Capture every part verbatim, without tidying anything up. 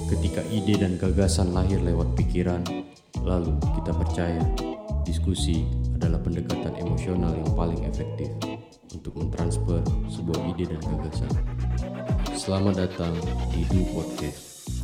Ketika ide dan gagasan lahir lewat pikiran, lalu kita percaya diskusi adalah pendekatan emosional yang paling efektif untuk mentransfer sebuah ide dan gagasan. Selamat datang di Du Podcast.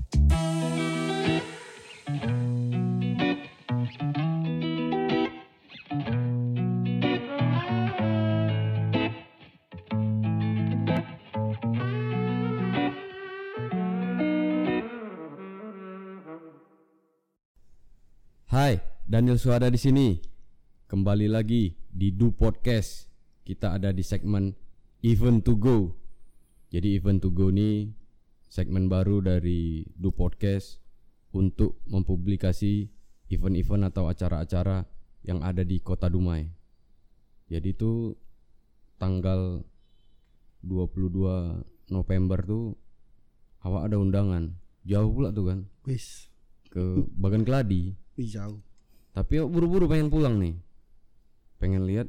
Hai, Daniel Suhada di sini. Kembali lagi di Du Podcast. Kita ada di segmen Event to Go. Jadi Event to Go ini segmen baru dari Du Podcast untuk mempublikasi event-event atau acara-acara yang ada di Kota Dumai. Jadi itu tanggal dua puluh dua November tuh awak ada undangan. Jauh pula tuh kan. Wis, Ke Bagan Keladi. wih jauh. Tapi yuk buru-buru pengen pulang nih. Pengen lihat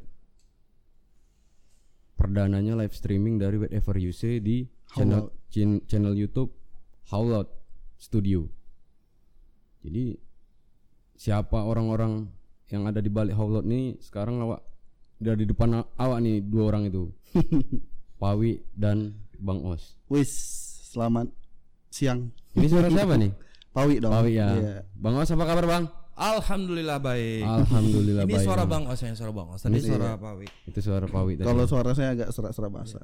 perdananya live streaming dari Whatever You Say di channel chin, channel YouTube Howlout Studio. Jadi siapa orang-orang yang ada di balik Howlout nih sekarang awak dari di depan awak nih dua orang itu. Pawi dan Bang Os. Wis, selamat siang. Ini suara siapa nih? Pawi dong. Pawi ya. Iya. Bang Os apa kabar Bang? Alhamdulillah baik. Alhamdulillah Ini baik. suara Bang. Bang Os, yang suara Bang Os. Tadi Ini suara iya. Pak Wi. Itu suara Pawi tadi. Kalau suara saya agak serak-serak basah.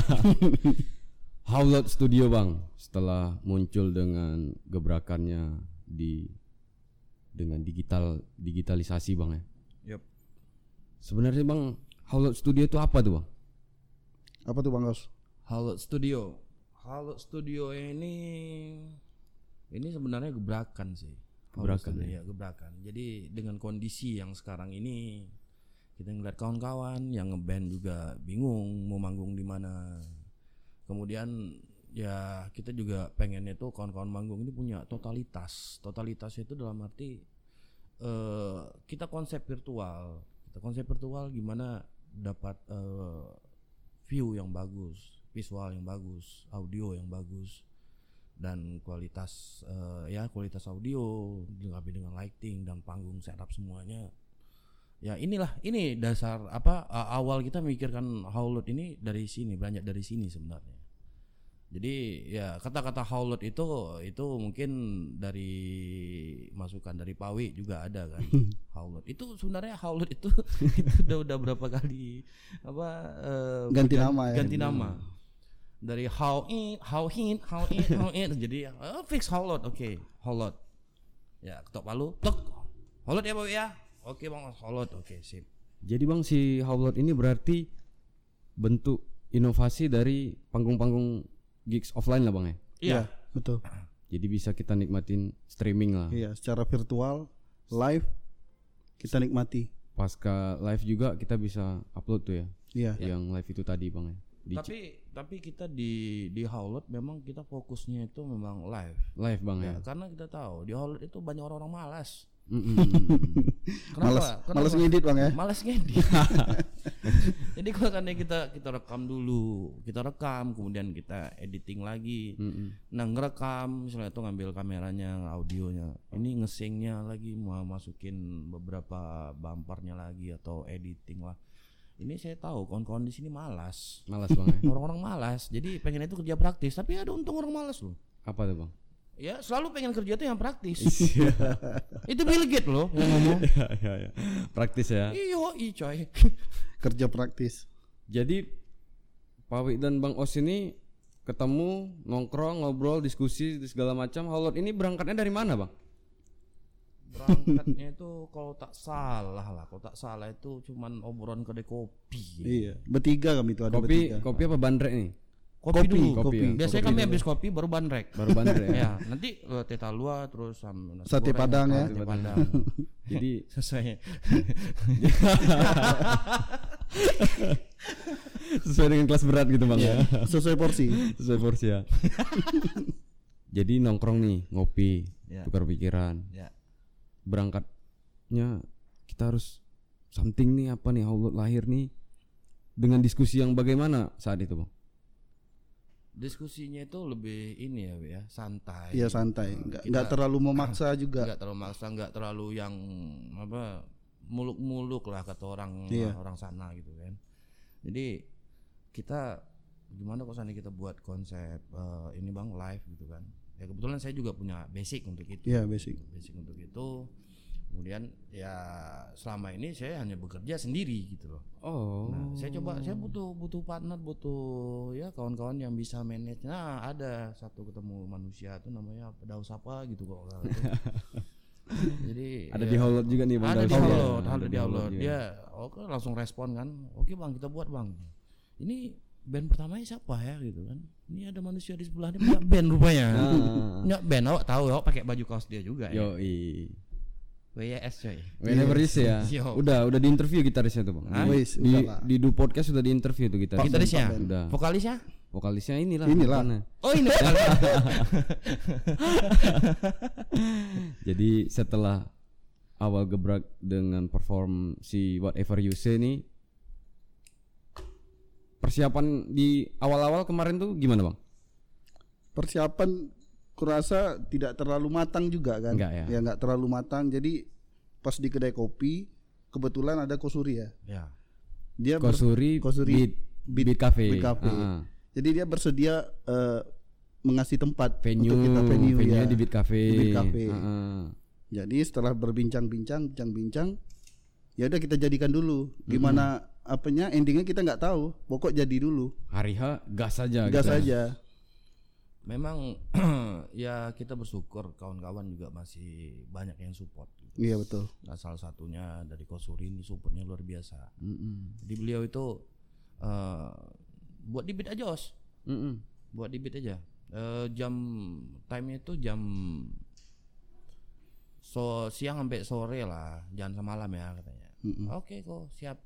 Howlout Studio Bang, setelah muncul dengan gebrakannya di dengan digital digitalisasi Bang ya. Yup. Sebenarnya Bang, Howlout Studio itu apa tuh Bang? Apa tuh Bang Os? Howlout Studio. Howlout Studio ini ini sebenarnya gebrakan sih. Howlout Gebrakan, Studio, ya? ya, gebrakan. Jadi dengan kondisi yang sekarang ini kita ngeliat kawan-kawan yang ngeband juga bingung mau manggung di mana. Kemudian ya kita juga pengennya tuh kawan-kawan manggung ini punya totalitas. Totalitas itu dalam arti eh, kita konsep virtual. Kita konsep virtual gimana dapat eh, view yang bagus, visual yang bagus, audio yang bagus, dan kualitas uh, ya kualitas audio dilengkapi dengan lighting dan panggung setup semuanya. Ya inilah ini dasar apa uh, awal kita memikirkan Howlout ini dari sini, beranjak dari sini sebenarnya. Jadi ya kata-kata Howlout itu itu mungkin dari masukan dari Pawi juga ada kan. Howlout itu sebenarnya Howlout itu itu udah udah berapa kali apa uh, Ganti bergan- nama ya. ganti nama. Dari how in, how in, how in, how in, jadi uh, fix Howlout, oke, okay. Howlout. Ya, ketok palu, tok. Howlout ya Pak ya. Oke Bang, Howlout, oke, okay, sip. Jadi Bang, si Howlout ini berarti bentuk inovasi dari panggung-panggung gigs offline lah Bang ya. Iya, Ya, betul. Jadi bisa kita nikmatin streaming lah. Iya, secara virtual, live kita nikmati. Pasca live juga kita bisa upload tuh ya. Iya. Yang live itu tadi Bang ya. Di tapi tapi kita di di Howlout memang kita fokusnya itu memang live. live Bang ya. Ya, karena kita tahu di Howlout itu banyak orang-orang malas. Mm-mm. Kenapa? Males, males ngedit Bang ya. Malas ngedit. Jadi kalau kan kita kita rekam dulu, kita rekam, kemudian kita editing lagi. Mm-mm. Nah ngerekam, misalnya itu ngambil kameranya, audionya, ini ngesingnya lagi, mau masukin beberapa bumpernya lagi atau editing lah. Ini saya tahu kawan-kawan di sini malas, Malas Bang ya. orang-orang malas. Jadi pengen itu kerja praktis, tapi ada untung orang malas loh. Apa tuh Bang? Ya selalu pengen kerja tuh yang praktis. Itu Bill Gates loh yang ngomong. ya, ya, ya. Praktis ya. Iyo, i coy. Kerja praktis. Jadi Pawi dan Bang Os ini ketemu, nongkrong, ngobrol, diskusi segala macam. Howlout ini berangkatnya dari mana Bang? Berangkatnya itu kalau tak salah lah, kalau tak salah itu cuman obrolan kedai kopi. Iya, bertiga kami itu ada Kopi, bertiga. kopi apa bandrek nih? Kopi, Kopi, dulu. kopi. ya. Biasanya Kopi kami dulu. habis kopi baru bandrek. Baru bandrek ya. Ya, nanti uh, teh talua terus sama nasi Sate goreng, Padang ya. Sate Padang. Jadi Sesuai. sesuai dengan kelas berat gitu Bang ya. Sesuai porsi. Sesuai porsi ya. Jadi nongkrong nih, ngopi, Ya. tukar pikiran. Ya. Berangkatnya kita harus something nih, apa nih, Howlout lahir nih dengan diskusi yang bagaimana saat itu Bang? diskusinya itu lebih ini ya, ya santai. Iya santai, nggak nggak terlalu memaksa juga. Nggak terlalu maksa, nggak terlalu yang apa muluk-muluk lah kata orang Iya. orang sana gitu kan. Jadi kita gimana kok sana kita buat konsep uh, ini bang live gitu kan. Ya kebetulan saya juga punya basic untuk itu. Iya basic. Basic untuk itu. Kemudian ya selama ini saya hanya bekerja sendiri gitu loh. Oh. Nah, saya coba saya butuh butuh partner, butuh ya kawan-kawan yang bisa manage. Nah, ada satu ketemu manusia tuh namanya Daus apa gitu kok. Jadi Ada ya, di Howlot juga nih Bang ada Daus. di ya? Howlot, ada di Howlot Howlot. juga. Dia oke langsung respon kan. Oke Bang, kita buat Bang. Ini band pertamanya siapa ya gitu kan. Ini ada manusia di sebelah ini punya band rupanya. Ah. Punya band, awak tahu awak pakai baju kaos dia juga ya. Yoi. W Y S coy. Whenever is ya. Yo. Udah, udah di interview gitarisnya tuh Bang. Hah? Di, Wis, di, udah lah. di Du Podcast sudah di interview tuh gitaris. Gitarisnya, Udah. vokalisnya. Vokalisnya inilah. Inilah. Mana. Oh ini vokalis. Jadi setelah awal gebrak dengan perform si Whatever You Say nih, persiapan di awal-awal kemarin tuh gimana Bang? Persiapan kurasa tidak terlalu matang juga kan. Enggak ya? Ya nggak terlalu matang. Jadi pas di kedai kopi kebetulan ada Kosuri ya. Ya. Dia ber- Kosuri, Kosuri Beat, Beat- Beat Cafe. Beat Cafe. Ah, ah. Jadi dia bersedia eh, mengasih tempat Venue, untuk kita venue, venue ya. di Beat Cafe. Di Beat Cafe. Ah, ah. Jadi setelah berbincang-bincang, bincang-bincang, ya udah kita jadikan dulu. Gimana apanya endingnya kita nggak tahu. Pokok jadi dulu. Hari H gas aja Gas gitu. aja. Memang ya kita bersyukur kawan-kawan juga masih banyak yang support. Gitu. Iya betul. Nah, salah satunya dari Kosuri ini supportnya luar biasa. Mm-mm. Jadi beliau itu uh, buat di beat aja os, Mm-mm. buat di beat aja. Uh, jam time itu jam so siang sampai sore lah, jangan semalam ya katanya. Mm-mm. Oke kok siap.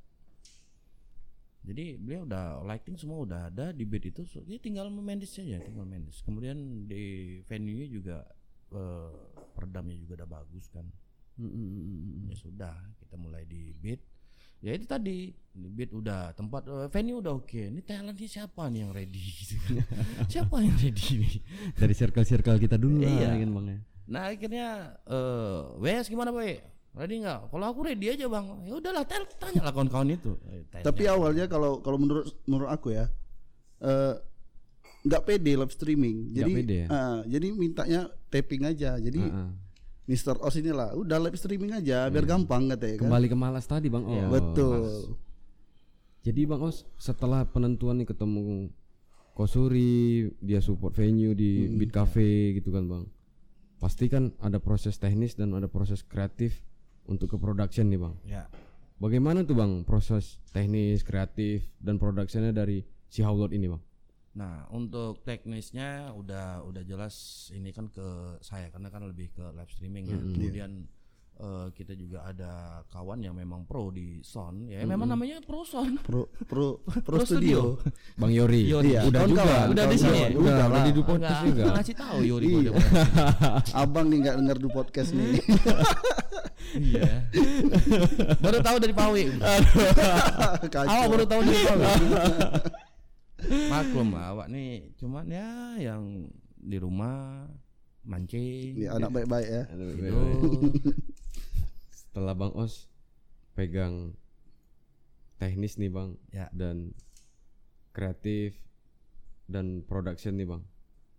Jadi beliau udah lighting semua udah ada di beat itu, so, dia tinggal manage saja, tinggal manage. Kemudian di venue-nya juga uh, peredamnya juga udah bagus kan. Mm-mm. Ya sudah, kita mulai di beat. Ya itu tadi, di beat udah tempat uh, venue udah oke. Ini talentnya siapa nih yang ready gitu. Siapa yang ready nih? Dari circle-circle kita dulu Iya. lah kan Bang ya. Nah akhirnya uh, Wes gimana Boy? Ready nggak? Kalau aku ready aja bang. Ya udahlah, tel- tanya lah kawan-kawan itu. Eh, tanya. Tapi awalnya kalau kalau menurut menurut aku ya eh, nggak pede live streaming. Nggak Jadi pede ya? ah, jadi mintanya tapping aja. Jadi Ah, ah. mister Os inilah udah live streaming aja biar gampang katanya kan. Kembali ke malas tadi Bang Os. Betul. Jadi Bang Os setelah penentuan nih ketemu Kosuri, dia support venue di Beat Cafe gitu kan Bang. Pasti kan ada proses teknis dan ada proses kreatif untuk ke production nih Bang. Ya. Bagaimana tuh Bang proses teknis, kreatif dan productionnya dari si Howlot ini Bang? Nah untuk teknisnya udah udah jelas ini kan ke saya karena kan lebih ke live streaming ya. Kemudian eh, kita juga ada kawan yang memang pro di sound ya. Memang namanya pro sound. Pro pro pro, Pro studio. Bang Yori. Yori. Iya, Udah juga. kawan-kawan, Udah di sini. kawan-kawan. Udah, Udah udah lah. di Du Podcast Nggak- juga. nggak ngasih tahu Yori Iya. kode. Abang nih nggak denger du podcast nih. Iya. Baru tahu dari Pawi. Kacau. Awak baru tahu dari Pawi. Maklum lah awak nih cuman ya yang di rumah mancing. Ya, anak baik-baik ya. Gitu. Setelah Bang Os pegang teknis nih Bang Ya. dan kreatif dan production nih Bang.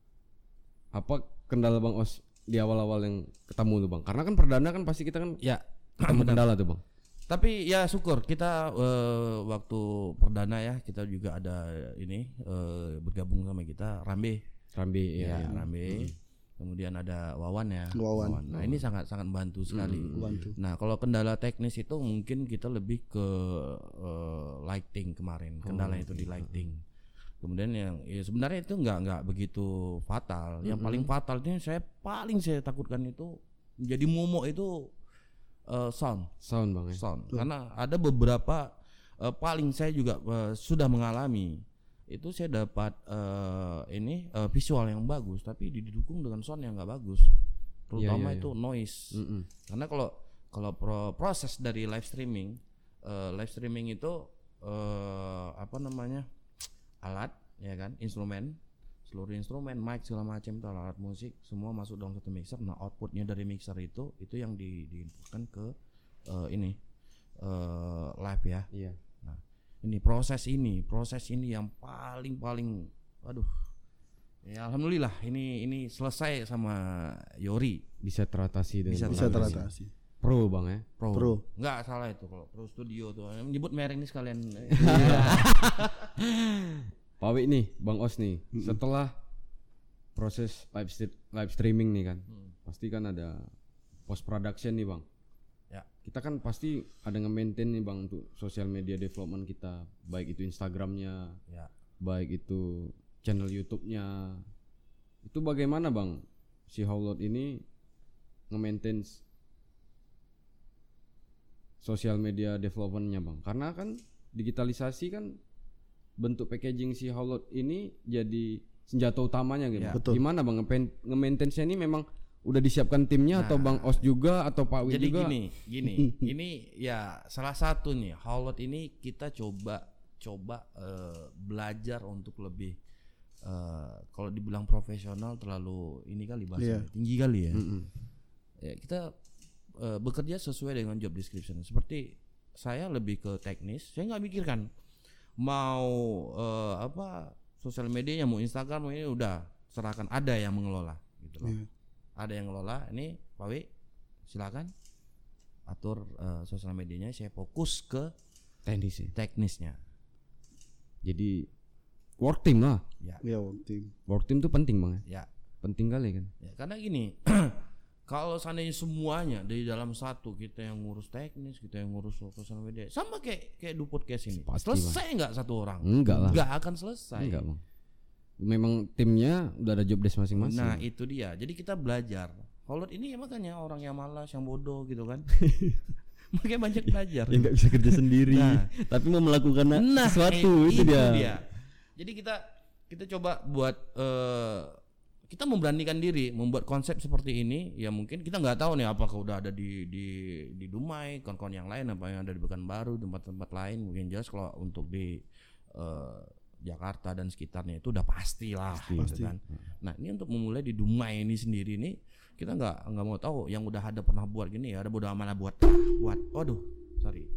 Apa kendala Bang Os di awal-awal yang ketemu tuh Bang? Karena kan perdana kan pasti kita kan Ya. ketemu kendala tuh Bang. Tapi ya syukur kita eh, waktu perdana ya kita juga ada ini eh, bergabung sama kita Rambe. Rambi Ya, ya. Rambe. Kemudian ada Wawan ya. Wawan. Nah, ini sangat sangat bantu sekali. Bantu. Nah, kalau kendala teknis itu mungkin kita lebih ke eh, lighting kemarin. Kendala itu di lighting. Kemudian yang ya sebenarnya itu nggak nggak begitu fatal. Yang paling fatal itu saya paling saya takutkan itu menjadi momok itu eh, sound. Sound Bang ya. Sound. Karena ada beberapa eh, paling saya juga eh, sudah mengalami itu saya dapat eh, ini eh, visual yang bagus tapi didukung dengan sound yang nggak bagus, terutama Iya, iya, itu noise. Mm-mm. Karena kalau kalau pro- proses dari live streaming, eh, live streaming itu eh, apa namanya alat ya kan, instrumen seluruh instrumen, mic segala macam itu alat musik semua masuk dalam satu mixer. Nah outputnya dari mixer itu itu yang di diinputkan ke uh, ini uh, live ya. Iya. Nah ini proses ini proses ini yang paling paling, aduh, ya alhamdulillah ini ini selesai sama Yori. Bisa teratasi dengan Bisa Bisa teratasi. Pro bang ya. Pro. Pro. Nggak salah itu kalau Pro Studio tuh. Menyebut merek ini sekalian. Pak Wi nih, Bang Os nih, mm-hmm. setelah proses live st- live streaming nih kan, hmm. pasti kan ada post production nih bang. Ya. Kita kan pasti ada nge-maintain nih bang untuk social media development kita, baik itu Instagramnya, ya. baik itu channel YouTube-nya. Itu bagaimana bang si Howlot ini nge-maintain social media development-nya bang? Karena kan digitalisasi kan bentuk packaging si Howlot ini jadi senjata utamanya gitu. Ya. Betul. Gimana bang nge-maintain-nya ini memang udah disiapkan timnya, nah, atau Bang Os juga atau Pak Wi jadi juga? Jadi gini, gini, ini ya salah satu nih Howlot ini kita coba coba uh, belajar untuk lebih uh, kalau dibilang profesional terlalu ini kali bahasanya, Yeah. tinggi kali ya. Mm-mm. Ya kita uh, bekerja sesuai dengan job description. Seperti saya lebih ke teknis, saya nggak mikirkan mau uh, apa sosial medianya, mau Instagram, mau ini udah serahkan, ada yang mengelola gitu loh. Yeah. Ada yang ngelola. Ini Pak Wi silakan atur uh, sosial medianya, saya fokus ke Teknis ya. teknisnya. Jadi work team lah. Ya. Ya, work team. Work team tuh penting bang ya. Ya. Penting kali kan. Ya, karena gini, kalau seandainya semuanya dari dalam satu, kita yang ngurus teknis, kita yang ngurus sosial media, sama kayak kayak du podcast ini, Pasti, selesai nggak satu orang? Enggak lah. Nggak akan selesai. Enggak bang. Memang timnya udah ada job desk masing-masing. Nah itu dia. Jadi kita belajar. Howlot ini ya makanya orang yang malas, yang bodoh gitu kan. Makanya banyak belajar. Ya nggak bisa kerja sendiri. Nah. Tapi mau melakukan Nah, sesuatu itu, itu dia. dia. Jadi kita kita coba buat uh, kita memberanikan diri membuat konsep seperti ini. Ya mungkin kita nggak tahu nih apakah udah ada di di di Dumai, kawan-kawan yang lain, apa yang ada di Pekanbaru, tempat-tempat lain. Mungkin jelas kalau untuk di uh, Jakarta dan sekitarnya itu udah pasti lah, Pasti. gitu Pasti. kan. Nah ini untuk memulai di Dumai ini sendiri nih, kita nggak nggak mau tahu yang udah ada pernah buat gini ya, ada bodo amat buat buat. Waduh, sorry.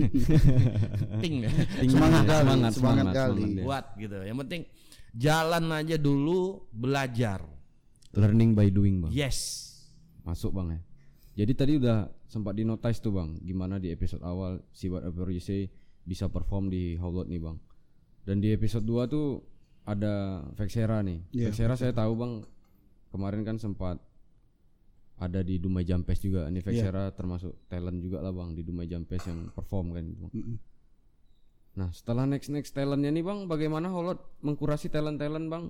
Ting deh. Semangat kali, semangat, semangat semangat, kali. semangat. Buat gitu. Yang penting jalan aja dulu, belajar. Learning by doing bang. Yes. Masuk bang ya. Jadi tadi udah sempat di notice tuh bang, gimana di episode awal si Whatever You Say bisa perform di Howlot nih bang. Dan di episode dua tuh ada Vexera nih. Yeah, Vexera saya tahu bang, kemarin kan sempat ada di Dumai Jampes juga. Ini Vexera termasuk talent juga lah bang di Dumai Jampes yang perform kan bang. Mm-mm. Nah setelah next next talentnya nih bang, bagaimana Howlot mengkurasi talent talent bang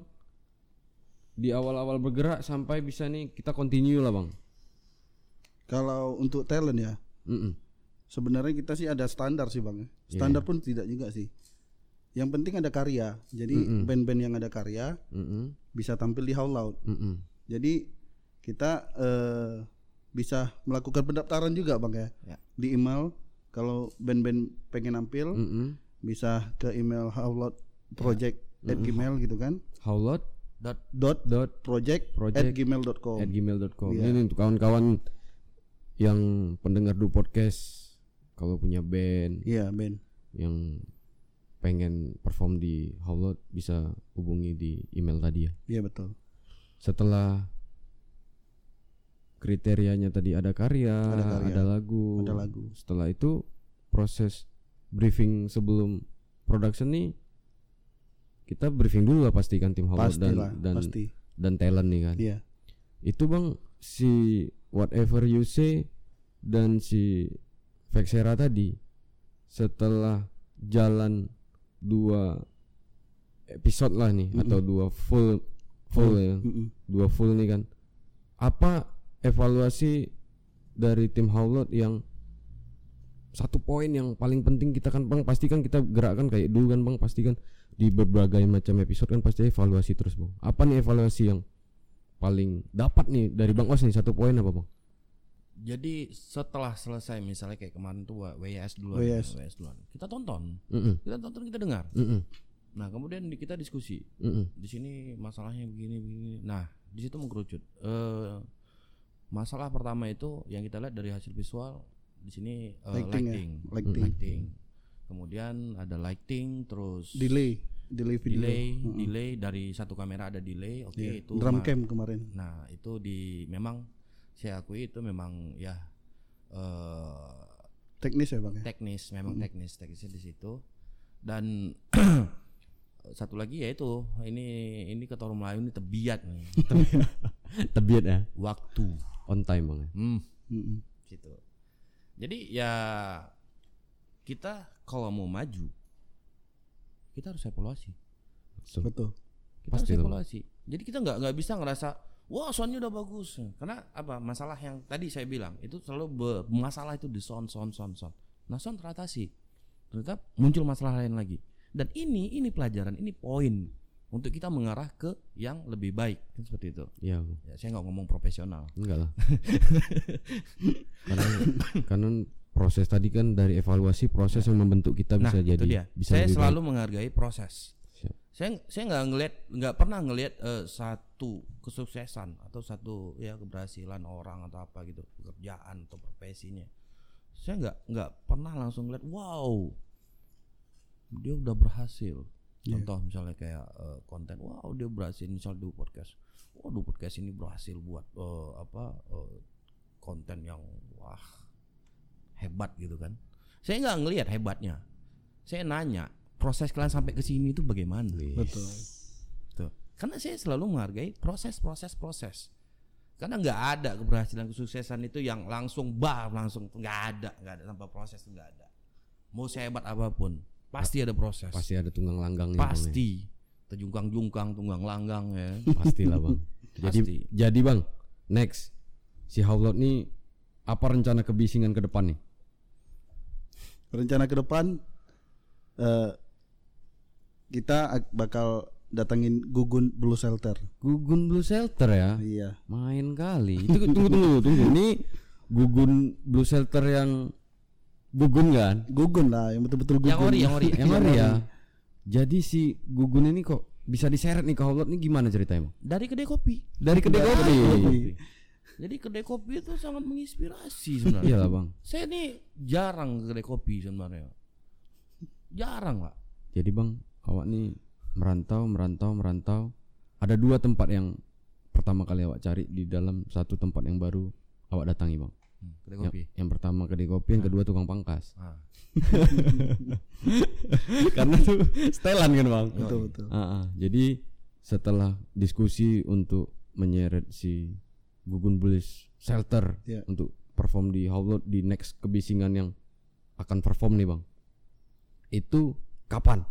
di awal-awal bergerak sampai bisa nih kita continue lah bang. Kalau untuk talent ya, Mm-mm. sebenarnya kita sih ada standar sih bang. Standar pun tidak juga sih. Yang penting ada karya. Jadi Mm-mm. band-band yang ada karya Mm-mm. bisa tampil di Howlot. Mm-mm. Jadi kita eh, bisa melakukan pendaftaran juga bang ya, Ya. di email. Kalau band-band pengen nampil Mm-mm. bisa ke email howlotproject at gmail gitu kan. Howlot Dot Dot dot project Project at gmail dot com. at gmail dot com. Iya. Ini untuk kawan-kawan yang pendengar du podcast, kalau punya band Iya band. yang pengen perform di Howlot bisa hubungi di email tadi ya. Iya betul. Setelah kriterianya tadi ada karya, Ada karya, ada lagu. ada lagu. Setelah itu proses briefing sebelum production nih kita briefing dulu lah pastikan tim Howlot dan Pastilah, dan pasti. dan talent nih kan. Iya. Itu bang si Whatever You Say dan si Vexera tadi setelah jalan dua episode lah nih, Mm-mm. atau dua full full ya, Mm-mm. dua full nih kan, apa evaluasi dari tim Howlot yang satu poin yang paling penting kita kan bang, pasti kan kita gerakkan kayak dulu kan bang, pasti kan di berbagai macam episode kan pasti evaluasi terus bang. Apa nih evaluasi yang paling dapat nih dari Bang Os nih, satu poin apa bang? Jadi setelah selesai misalnya kayak kemarin tuh W Y S duluan, W Y S. W Y S duluan. Kita tonton, Mm-mm. kita tonton, kita dengar. Mm-mm. Nah kemudian di- kita diskusi. Mm-mm. Di sini masalahnya begini begini. Nah di situ mengerucut. Eh, masalah pertama itu yang kita lihat dari hasil visual di sini eh, Lighting ya, lighting, lighting. lighting. Kemudian ada lighting, terus delay, delay video. delay, Heeh. delay dari satu kamera ada delay. Oke Iya, itu drum ma- cam kemarin. Nah itu di memang saya akui itu memang ya eh, Teknis ya bang ya. teknis, memang teknis teknisnya di situ. Dan satu lagi yaitu ini ini kata orang Melayu ini tebiat nih, Tebiat ya, waktu. on time bang. Hmm, Mm-mm. gitu. Jadi ya kita kalau mau maju kita harus evaluasi. So, Betul. Kita Pasti harus dong. evaluasi. Jadi kita nggak nggak bisa ngerasa wah soundnya udah bagus. Karena apa? Masalah yang tadi saya bilang itu selalu be- masalah itu di sound sound sound sound. Nah sound teratasi. Ternyata muncul masalah lain lagi. Dan ini ini pelajaran, ini poin untuk kita mengarah ke yang lebih baik kan seperti itu. Iya, Ya, saya nggak ngomong profesional. enggak lah. karena karena proses tadi kan dari evaluasi proses yang membentuk kita Nah bisa itu jadi dia. bisa Saya lebih selalu menghargai proses. Siap. Saya saya nggak ngelihat nggak pernah ngelihat eh, satu kesuksesan atau satu ya keberhasilan orang atau apa gitu pekerjaan atau profesinya. Saya nggak nggak pernah langsung ngeliat wow dia udah berhasil. Contoh misalnya kayak eh, konten wow dia berhasil misal di podcast. Wah di podcast ini berhasil buat eh, apa eh, konten yang wah hebat gitu kan. Saya nggak ngelihat hebatnya. Saya nanya proses kalian sampai ke sini itu bagaimana? Betul. Tuh. Karena saya selalu menghargai proses proses proses. Karena nggak ada keberhasilan kesuksesan itu yang langsung bar langsung nggak ada nggak ada tanpa proses nggak ada. Mau sehebat apapun pasti ada proses. pasti ada tunggang langgangnya Bang, ya. Pasti. Terjungkang-jungkang tunggang langgang ya. Pastilah bang. Jadi Pasti. jadi bang, next si Howlot nih apa rencana kebisingan ke depan nih? Rencana ke depan eh, kita ak- bakal datangin Gugun Blue Shelter. Gugun Blue Shelter ya, Iya. main kali. Itu tunggu tunggu tunggu. Ini Gugun Blue Shelter yang Gugun kan? Gugun lah, yang betul-betul Gugun. Yang ori, yang ori. Yang ori ya. Jadi si Gugun ini kok bisa diseret nih ke Howlot nih gimana ceritanya bang? Dari kedai kopi. Dari kedai kopi. Jadi kedai kopi itu sangat menginspirasi sebenarnya. Iya lah bang. Saya nih jarang ke kedai kopi sebenarnya. Jarang pak. Jadi bang, awak nih merantau, merantau, merantau. Ada dua tempat yang pertama kali awak cari di dalam satu tempat yang baru awak datangi bang. Hmm, kedai Yang, kopi. yang pertama kedai kopi, yang kedua tukang pangkas. Ah. Karena tuh setelan kan bang. Betul betul. Ah, ah. Jadi setelah diskusi untuk menyeret si Gugun Blue Shelter Iya. untuk perform di Howlot di next kebisingan yang akan perform nih bang. Itu kapan?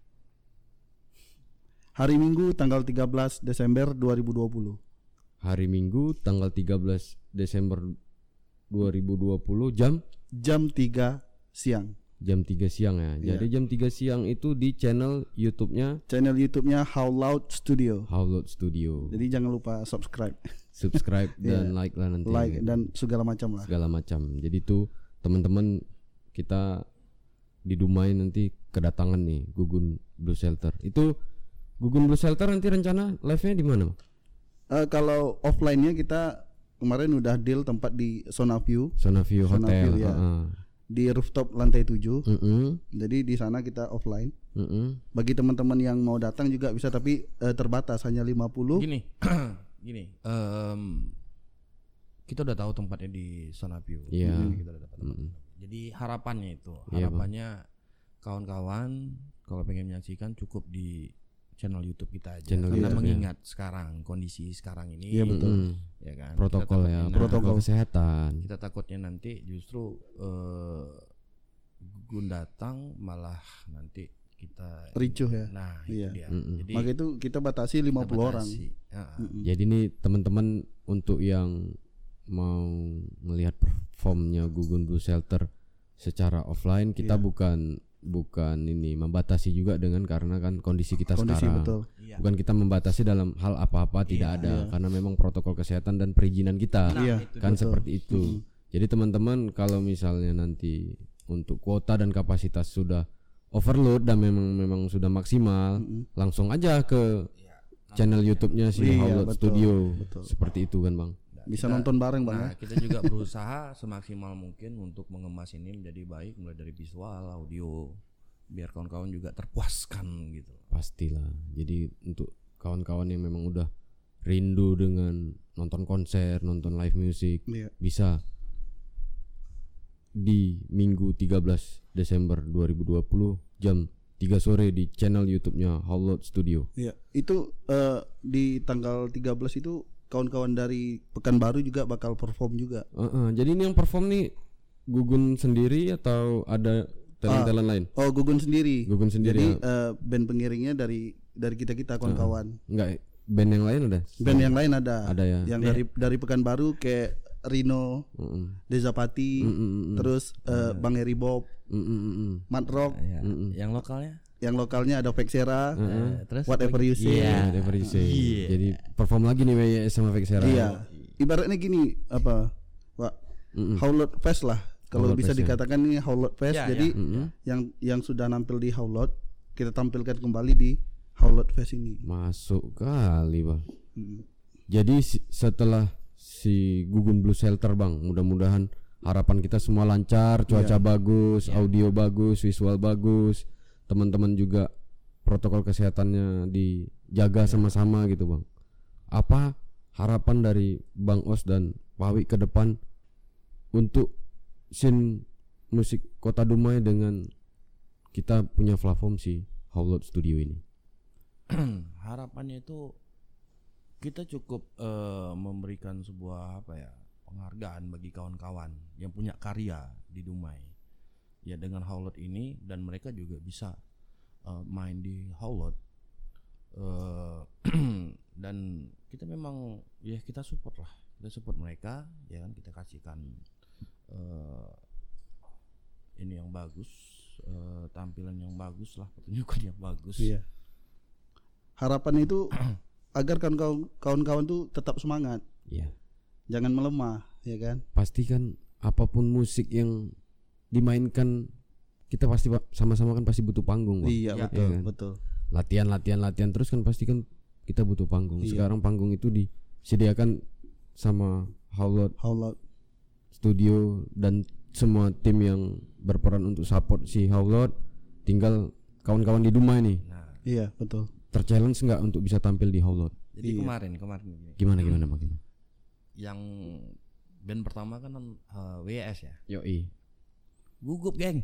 Hari Minggu tanggal tiga belas Desember dua ribu dua puluh. Hari Minggu tanggal tiga belas Desember dua ribu dua puluh jam Jam tiga siang. jam tiga siang ya. Iya. Jadi jam tiga siang itu di channel YouTube-nya Channel YouTube-nya How Loud Studio. Howlot Studio. Jadi jangan lupa subscribe, Subscribe dan Iya. like lah nanti. like dan segala macam lah. segala macam. Jadi tuh teman-teman kita di Dumai nanti kedatangan nih Gugun Blue Shelter. Itu Gugun Blue Shelter nanti rencana live-nya di mana? Bang? Eh, kalau offline-nya kita kemarin udah deal tempat di Sona View Sona View Sona Hotel. View, ya. heeh. di rooftop lantai tujuh. Mm-mm, Jadi di sana kita offline. mm-mm. Bagi teman-teman yang mau datang juga bisa tapi eh, terbatas hanya lima puluh. Gini, gini. em, kita udah tahu tempatnya di Sona View. Iya. Jadi kita udah dapat tempat. Mm-mm. Jadi harapannya itu, Iya, harapannya kawan-kawan kalau pengen menyaksikan cukup di channel YouTube kita aja. Channel Karena YouTube, mengingat sekarang kondisi sekarang ini, Iya, betul. Mm. ya kan. Protokol Kita ya, takutnya- protokol kesehatan. Kita takutnya nanti justru eh, Gun datang malah nanti kita Ricuh ya. Nah, Iya. itu dia. Mm-mm. Jadi Maka itu kita batasi lima kita puluh orang. batasi. Ya. Mm-mm. Jadi nih teman-teman untuk yang mau melihat performnya Gugun Blue Shelter secara offline kita Iya. bukan bukan ini membatasi juga dengan karena kan kondisi kita Kondisi sekarang. betul. Iya. Bukan kita membatasi dalam hal apa-apa tidak Iya. ada Iya. karena memang protokol kesehatan dan perizinan kita Nah, Iya, itu kan betul. seperti itu. Mm-mm. Jadi teman-teman kalau misalnya nanti untuk kuota dan kapasitas sudah overload dan memang memang sudah maksimal, Mm-mm. langsung aja ke channel YouTube-nya si Iya, Howlot betul, Studio. betul. Seperti itu kan, Bang. Bisa Kita- nonton bareng Bang Nah, ya. kita juga berusaha semaksimal mungkin untuk mengemas ini menjadi baik, mulai dari visual, audio, biar kawan-kawan juga terpuaskan gitu. Pastilah. Jadi untuk kawan-kawan yang memang udah rindu dengan nonton konser, nonton live music, Iya. bisa di Minggu tiga belas Desember dua ribu dua puluh jam tiga sore di channel YouTube-nya Howlot Studio. Iya, itu eh, di tanggal tiga belas itu kawan-kawan dari Pekanbaru juga bakal perform juga. Uh-uh. Jadi ini yang perform nih Gugun sendiri atau ada talent-talent lain? Oh, Gugun sendiri. Gugun sendiri. Jadi ya? eh, band pengiringnya dari dari kita-kita kawan-kawan. Enggak, band yang lain ada? Band yang lain ada. Ada ya. Yang dari dari Pekanbaru kayak Rino, Uh-uh. Dezapati, Mm, mm, mm. terus eh, Bang Eri Bob, Mm, mm, mm, mm. Mad Rock. Ya, yang lokalnya Yang lokalnya ada Vexera, Uh-uh. eh, terus Whatever You Say. Yeah, whatever you say. Jadi perform lagi nih W Y S sama Vexera. Iya. Ibaratnya gini apa, Pak? Mm-mm. Howlot Fest lah. Kalau Howlot bisa Fest, ya. dikatakan ini Howlot Fest. Ya, Jadi ya. Mm-mm. yang yang sudah nampil di Howlot kita tampilkan kembali di Howlot Fest ini. Masuk kali, Bang. Mm. Jadi si- setelah si Gugun Blue Shelter, Bang, mudah-mudahan harapan kita semua lancar, cuaca Iya. bagus, audio bagus, visual bagus, teman-teman juga protokol kesehatannya dijaga sama-sama gitu, Bang. Apa harapan dari Bang Os dan Pawi ke depan untuk scene musik Kota Dumai dengan kita punya platform si Howlot Studio ini? harapannya itu kita cukup eh, memberikan sebuah apa ya, penghargaan bagi kawan-kawan yang punya karya di Dumai ya dengan Howlot ini, dan mereka juga bisa eh, main di Howlot. Eh, dan kita memang ya kita support lah, kita support mereka ya kan, kita kasihkan eh, ini yang bagus, eh, tampilan yang bagus lah, pertunjukan yang bagus. Iya. Harapan itu agar kawan-kawan kawan-kawan tuh tetap semangat, Iya. jangan melemah, ya kan? Pasti kan apapun musik yang dimainkan kita pasti pa- sama-sama kan pasti butuh panggung, Bang. Iya, Ya, betul, iya kan? betul. Latihan latihan latihan terus kan pasti kan kita butuh panggung. Iya. Sekarang panggung itu disediakan sama Howlot Howlot. Studio dan semua tim yang berperan untuk support si Howlot. Tinggal kawan-kawan di Dumai nih, Nah, Iya, betul. terchallenge nggak untuk bisa tampil di Howlot? jadi Iya. kemarin kemarin gini, Gimana gimana Bang? Gimana? yang band pertama kan uh, W S ya, Yoi. gugup geng.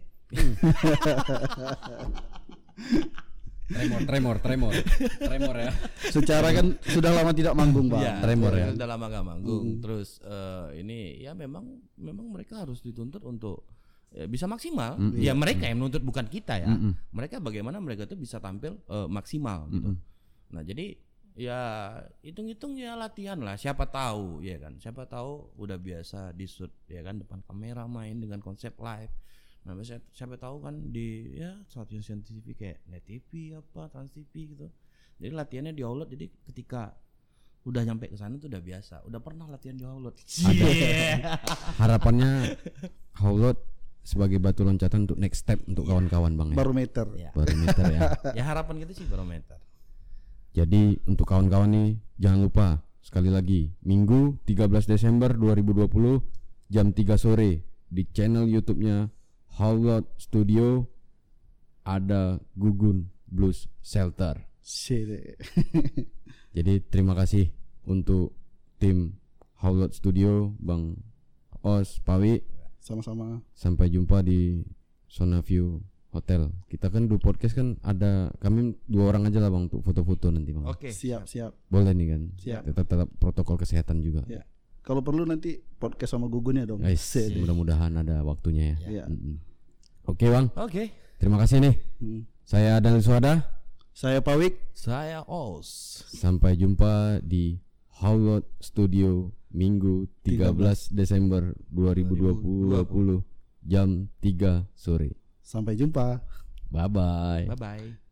Tremor, tremor, tremor, tremor ya. Secara kan sudah lama tidak manggung, Bang. Ya, tremor ya. udah lama gak manggung. Terus eh, ini ya memang memang mereka harus dituntut untuk eh, bisa maksimal. Mm-mm. Ya mereka yang menuntut, bukan kita ya. Mm-mm. Mereka bagaimana mereka tuh bisa tampil eh, maksimal gitu. Mm-mm. Nah, jadi ya hitung-hitung ya latihan lah. Siapa tahu ya kan. Siapa tahu udah biasa di shoot ya kan, depan kamera main dengan konsep live. Nah, siapa, siapa tahu kan di ya stasiun T V kayak Net T V apa Trans T V gitu. Jadi latihannya di Howlot, jadi ketika udah nyampe ke sana tuh udah biasa, udah pernah latihan di Howlot. Yeah. Harapannya Howlot sebagai batu loncatan untuk next step untuk kawan-kawan, Bang ya. Barometer. Ya. Barometer ya. Ya harapan kita sih barometer. Jadi untuk kawan-kawan nih jangan lupa sekali lagi Minggu tiga belas Desember dua ribu dua puluh jam tiga sore di channel YouTube-nya Howlot Studio ada Gugun Blues Shelter. Shit. Jadi terima kasih untuk tim Howlot Studio, Bang Os, Pawi. Sama-sama. Sampai jumpa di Sona View Hotel. Kita kan do podcast kan ada kami dua orang aja lah, Bang, untuk foto-foto nanti, Bang. Oke. Siap, siap. Boleh nih kan? Siap. Tetap tetap protokol kesehatan juga. Ya. Kalau perlu nanti podcast sama Gugun ya dong. Guys, Shit. mudah-mudahan ada waktunya Iya. ya. Mm-mm. Oke, Bang. Oke. Terima kasih nih. Hmm. Saya Daniel Suada. Saya Pawik. Saya Os. Sampai jumpa di Howlot Studio Minggu tiga belas Desember dua ribu dua puluh jam tiga sore. Sampai jumpa. Bye bye. Bye bye.